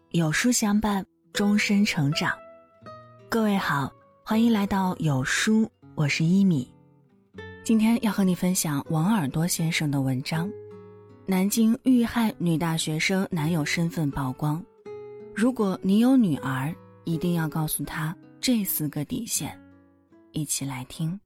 有书相伴，终身成长。各位好，欢迎来到有书，我是一米。今天要和你分享王耳朵先生的文章。南京遇害女大学生男友身份曝光，如果你有女儿，一定要告诉她这4个底线。一起来听。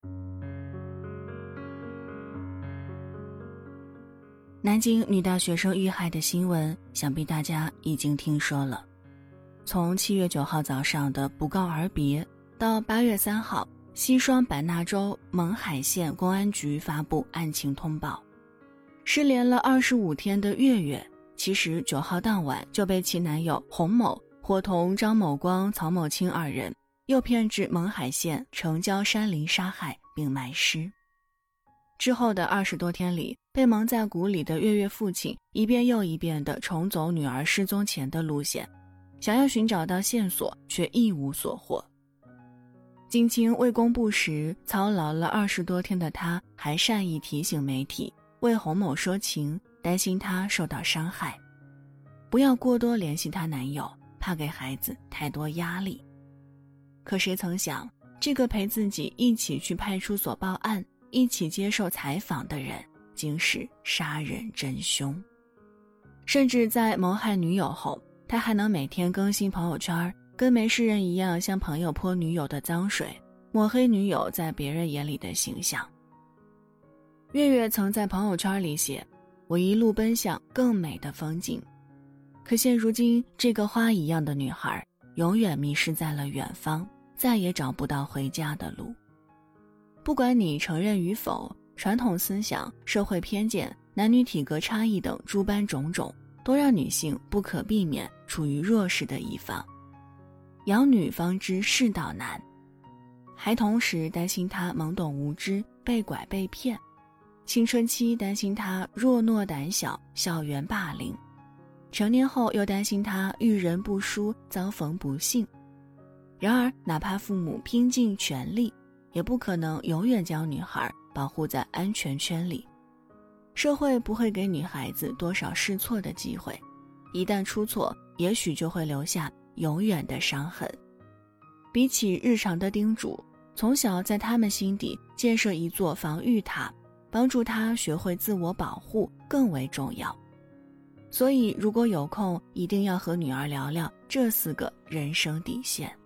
南京女大学生遇害的新闻，想必大家已经听说了。从7月9号早上的不告而别，到8月3号，西双版纳州勐海县公安局发布案情通报。失联了25天的月月，其实9号当晚就被其男友洪某伙同张某光、曹某清2人诱骗至勐海县城郊山林杀害并埋尸。之后的20多天里，被蒙在鼓里的月月父亲一遍又一遍地重走女儿失踪前的路线，想要寻找到线索，却一无所获。警情未公布时，操劳了20多天的他，还善意提醒媒体为洪某说情，担心他受到伤害，不要过多联系她男友，怕给孩子太多压力。可谁曾想，这个陪自己一起去派出所报案，一起接受采访的人，竟是杀人真凶。甚至在谋害女友后，他还能每天更新朋友圈，跟没事人一样向朋友泼女友的脏水，抹黑女友在别人眼里的形象。月月曾在朋友圈里写，我一路奔向更美的风景。可现如今，这个花一样的女孩永远迷失在了远方，再也找不到回家的路。不管你承认与否，传统思想、社会偏见、男女体格差异等诸般种种，都让女性不可避免处于弱势的一方。养女方知世道难，孩童时担心她懵懂无知，被拐被骗；青春期担心她弱懦胆小，校园霸凌；成年后又担心她遇人不淑，遭逢不幸。然而，哪怕父母拼尽全力，也不可能永远将女孩保护在安全圈里。社会不会给女孩子多少试错的机会，一旦出错，也许就会留下永远的伤痕。比起日常的叮嘱，从小在他们心底建设一座防御塔，帮助她学会自我保护更为重要。所以如果有空，一定要和女儿聊聊这4个人生底线。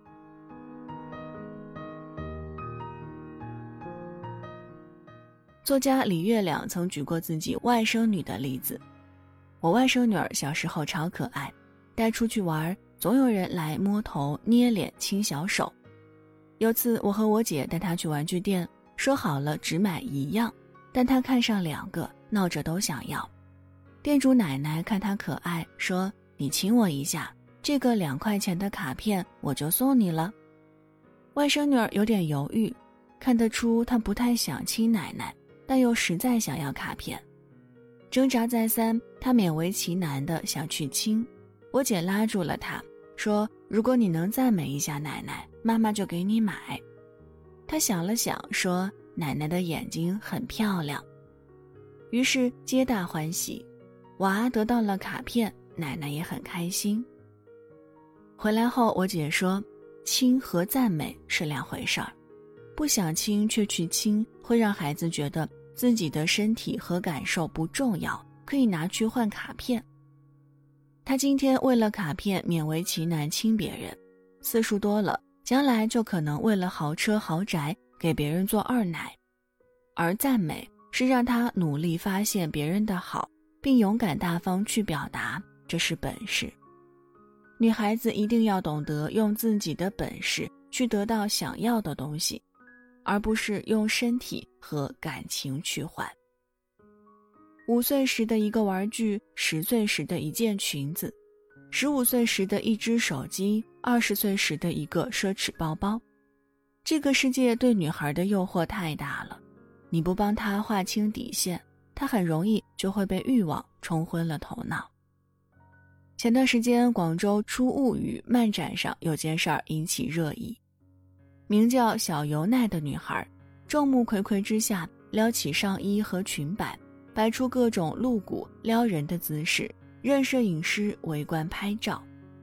作家李月亮曾举过自己外甥女的例子。我外甥女儿小时候超可爱，带出去玩，总有人来摸头、捏脸、亲小手。有次我和我姐带她去玩具店，说好了只买1样，但她看上2个，闹着都想要。店主奶奶看她可爱，说：“你亲我一下，这个2块钱的卡片我就送你了。”外甥女儿有点犹豫，看得出她不太想亲奶奶，但又实在想要卡片。挣扎再三，她勉为其难地想去亲。我姐拉住了她，说：“如果你能赞美一下奶奶，妈妈就给你买。”她想了想，说：“奶奶的眼睛很漂亮。”于是皆大欢喜，娃得到了卡片，奶奶也很开心。回来后，我姐说，亲和赞美是2回事儿，不想亲却去亲，会让孩子觉得自己的身体和感受不重要，可以拿去换卡片。他今天为了卡片勉为其难亲别人，次数多了，将来就可能为了豪车豪宅给别人做二奶。而赞美是让他努力发现别人的好，并勇敢大方去表达，这是本事。女孩子一定要懂得用自己的本事去得到想要的东西，而不是用身体和感情去换。5岁时的一个玩具，10岁时的一件裙子，15岁时的一只手机，20岁时的一个奢侈包包。这个世界对女孩的诱惑太大了，你不帮她划清底线，她很容易就会被欲望冲昏了头脑。前段时间广州出物语漫展上有件事儿引起热议，名叫小由奈的女孩众目睽睽之下撩起上衣和裙摆，摆出各种露骨撩人的姿势，任摄影师围观拍照，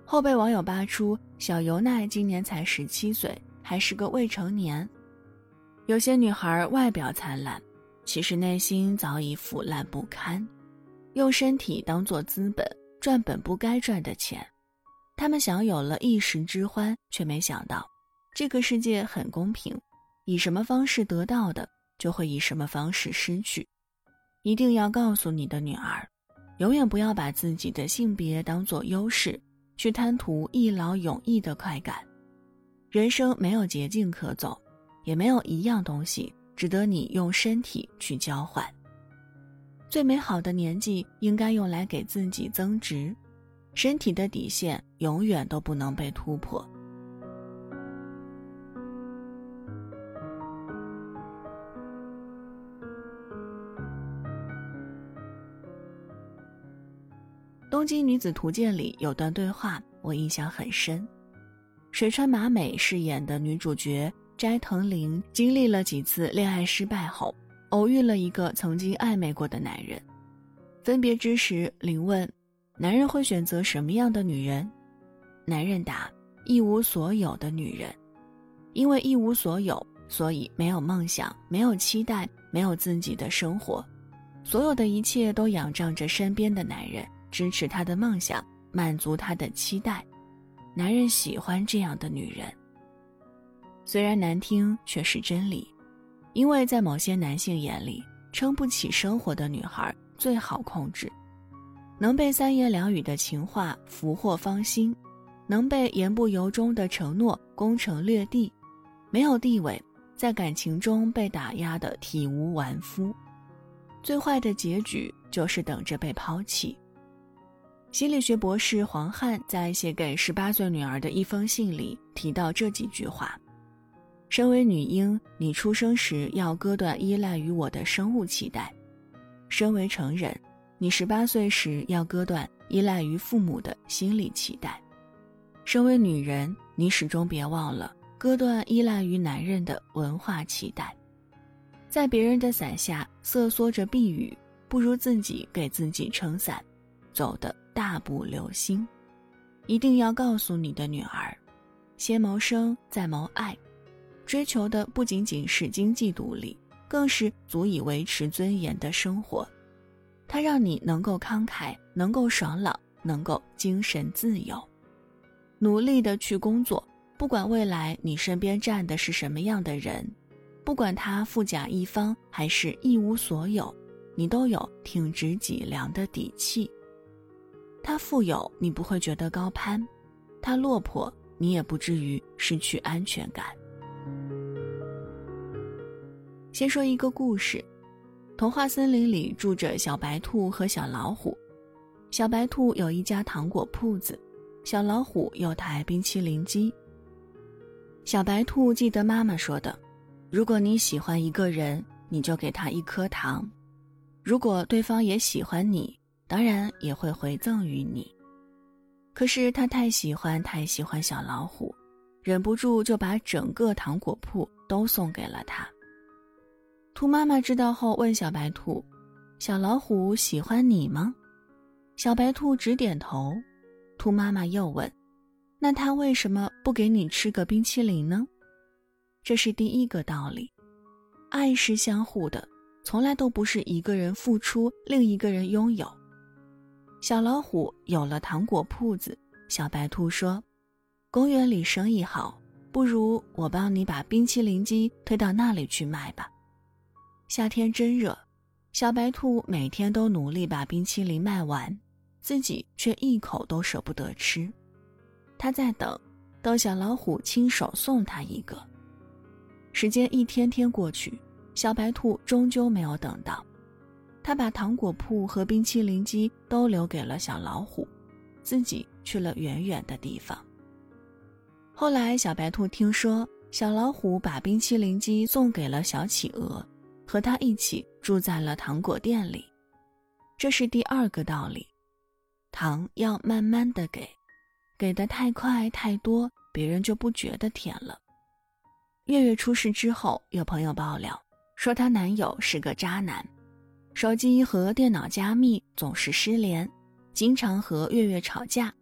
后被网友扒出小尤奈今年才17岁，还是个未成年。有些女孩外表灿烂，其实内心早已腐烂不堪，用身体当作资本，赚本不该赚的钱。她们享有了一时之欢，却没想到这个世界很公平，以什么方式得到的，就会以什么方式失去。一定要告诉你的女儿，永远不要把自己的性别当作优势，去贪图一劳永逸的快感。人生没有捷径可走，也没有一样东西值得你用身体去交换。最美好的年纪应该用来给自己增值，身体的底线永远都不能被突破。《东京女子图鉴》里有段对话我印象很深。水川麻美饰演的女主角斋藤绫经历了几次恋爱失败后，偶遇了一个曾经暧昧过的男人。分别之时，绫问男人会选择什么样的女人？男人答：一无所有的女人。因为一无所有，所以没有梦想，没有期待，没有自己的生活，所有的一切都仰仗着身边的男人，支持他的梦想，满足他的期待。男人喜欢这样的女人。虽然难听，却是真理。因为在某些男性眼里，撑不起生活的女孩最好控制，能被三言两语的情话俘获芳心，能被言不由衷的承诺攻城略地，没有地位，在感情中被打压的体无完肤，最坏的结局就是等着被抛弃。心理学博士黄汉在写给18岁女儿的一封信里提到这几句话：身为女婴，你出生时要割断依赖于我的生物期待；身为成人，你18岁时要割断依赖于父母的心理期待；身为女人，你始终别忘了割断依赖于男人的文化期待。在别人的伞下瑟缩着避雨，不如自己给自己撑伞，走得大步流星。一定要告诉你的女儿，先谋生，再谋爱。追求的不仅仅是经济独立，更是足以维持尊严的生活。它让你能够慷慨，能够爽朗，能够精神自由。努力地去工作，不管未来你身边站的是什么样的人，不管他富甲一方还是一无所有，你都有挺直脊梁的底气。他富有，你不会觉得高攀；他落魄，你也不至于失去安全感。先说一个故事。童话森林里住着小白兔和小老虎。小白兔有一家糖果铺子，小老虎有台冰淇淋机。小白兔记得妈妈说的，如果你喜欢一个人，你就给他一颗糖，如果对方也喜欢你，当然也会回赠于你。可是他太喜欢小老虎，忍不住就把整个糖果铺都送给了他。兔妈妈知道后问小白兔，小老虎喜欢你吗？小白兔只点头。兔妈妈又问，那他为什么不给你吃个冰淇淋呢？这是第一个道理，爱是相互的，从来都不是一个人付出，另一个人拥有。小老虎有了糖果铺子，小白兔说，公园里生意好，不如我帮你把冰淇淋机推到那里去卖吧。夏天真热，小白兔每天都努力把冰淇淋卖完，自己却一口都舍不得吃。他在等小老虎亲手送他一个。时间一天天过去，小白兔终究没有等到。他把糖果铺和冰淇淋机都留给了小老虎，自己去了远远的地方。后来小白兔听说，小老虎把冰淇淋机送给了小企鹅，和他一起住在了糖果店里。这是第二个道理，糖要慢慢的给得太快太多，别人就不觉得甜了。月月出事之后，有朋友爆料说她男友是个渣男，手机和电脑加密，总是失联，经常和月月吵架。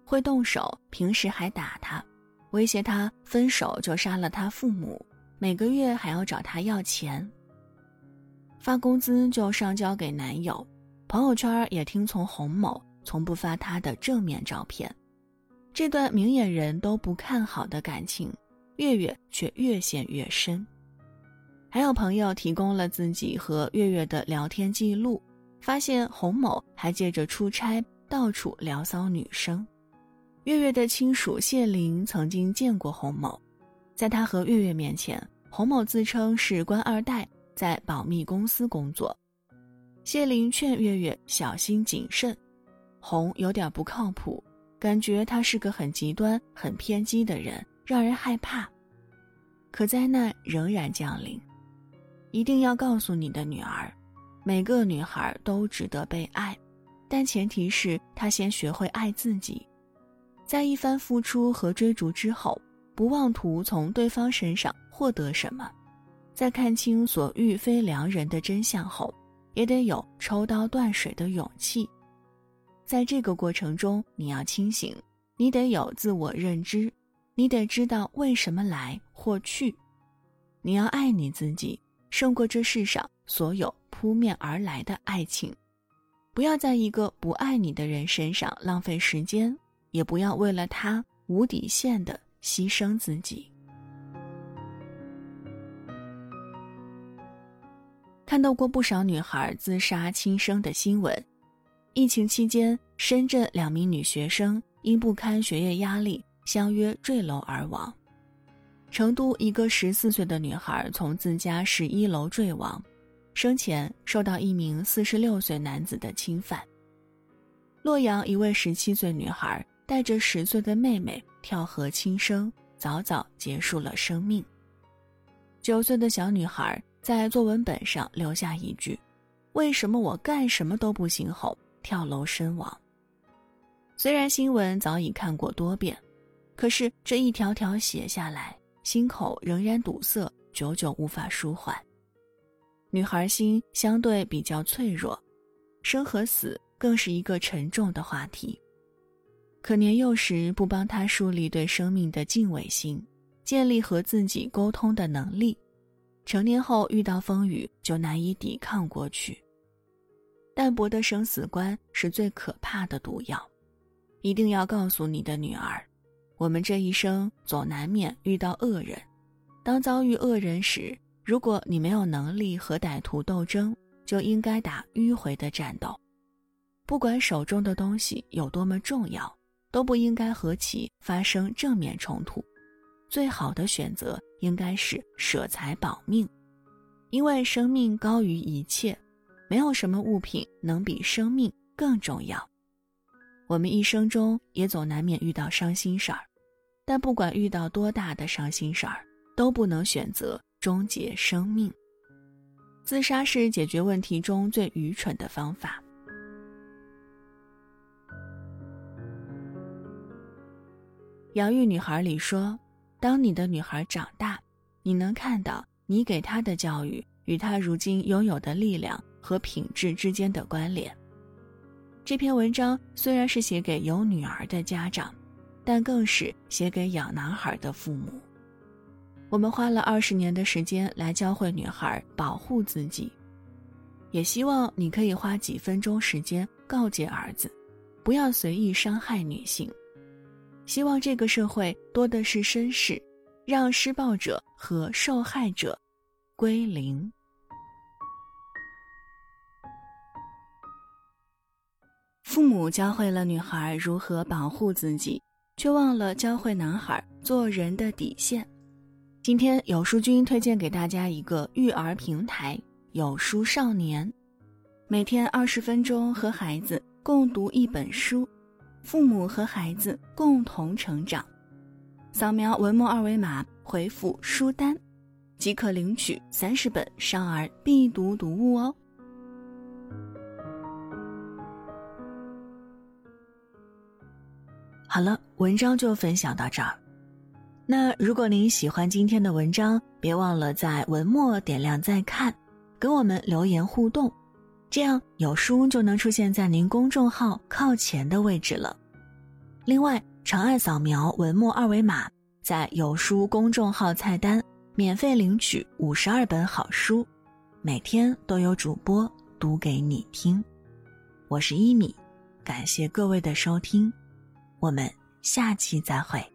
会动手，平时还打他，威胁他分手就杀了他父母，每个月还要找他要钱。发工资就上交给男友，朋友圈也听从洪某，从不发他的正面照片。这段明眼人都不看好的感情，月月却越陷越深。还有朋友提供了自己和月月的聊天记录，发现洪某还借着出差到处聊骚女生。月月的亲属谢玲曾经见过洪某，在他和月月面前，洪某自称是官二代，在保密公司工作。谢玲劝月月小心谨慎，洪有点不靠谱，感觉他是个很极端很偏激的人，让人害怕。可灾难仍然降临。一定要告诉你的女儿，每个女孩都值得被爱，但前提是她先学会爱自己。在一番付出和追逐之后，不妄图从对方身上获得什么，在看清所遇非良人的真相后，也得有抽刀断水的勇气。在这个过程中，你要清醒，你得有自我认知，你得知道为什么来或去。你要爱你自己，胜过这世上所有扑面而来的爱情。不要在一个不爱你的人身上浪费时间，也不要为了他无底线地牺牲自己。看到过不少女孩自杀轻生的新闻。疫情期间，深圳2名女学生因不堪学业压力，相约坠楼而亡。成都一个14岁的女孩从自家11楼坠亡，生前受到一名46岁男子的侵犯。洛阳一位17岁女孩带着10岁的妹妹跳河轻生，早早结束了生命。9岁的小女孩在作文本上留下一句：为什么我干什么都不行后跳楼身亡。虽然新闻早已看过多遍，可是这一条条写下来，心口仍然堵塞，久久无法舒缓。女孩心相对比较脆弱，生和死更是一个沉重的话题。可年幼时不帮她树立对生命的敬畏心，建立和自己沟通的能力，成年后遇到风雨就难以抵抗过去。淡薄的生死观是最可怕的毒药，一定要告诉你的女儿，我们这一生总难免遇到恶人，当遭遇恶人时，如果你没有能力和歹徒斗争，就应该打迂回的战斗。不管手中的东西有多么重要，都不应该和其发生正面冲突。最好的选择应该是舍财保命，因为生命高于一切，没有什么物品能比生命更重要。我们一生中也总难免遇到伤心事儿，但不管遇到多大的伤心事儿，都不能选择终结生命。自杀是解决问题中最愚蠢的方法。养育女孩里说，当你的女孩长大，你能看到你给她的教育与她如今拥有的力量和品质之间的关联。这篇文章虽然是写给有女儿的家长，但更是写给养男孩的父母。我们花了20年的时间来教会女孩保护自己，也希望你可以花几分钟时间告诫儿子，不要随意伤害女性。希望这个社会多的是绅士，让施暴者和受害者归零。父母教会了女孩如何保护自己，却忘了教会男孩做人的底线。今天有书君推荐给大家一个育儿平台，有书少年，每天20分钟和孩子共读一本书，父母和孩子共同成长。扫描文末2维码，回复书单，即可领取30本少儿必读读物哦。好了，文章就分享到这儿。那如果您喜欢今天的文章，别忘了在文末点亮再看，跟我们留言互动，这样有书就能出现在您公众号靠前的位置了。 另外，长按扫描文末二维码，在有书公众号菜单免费领取52本好书，每天都有主播读给你听。我是一米，感谢各位的收听，我们下期再会。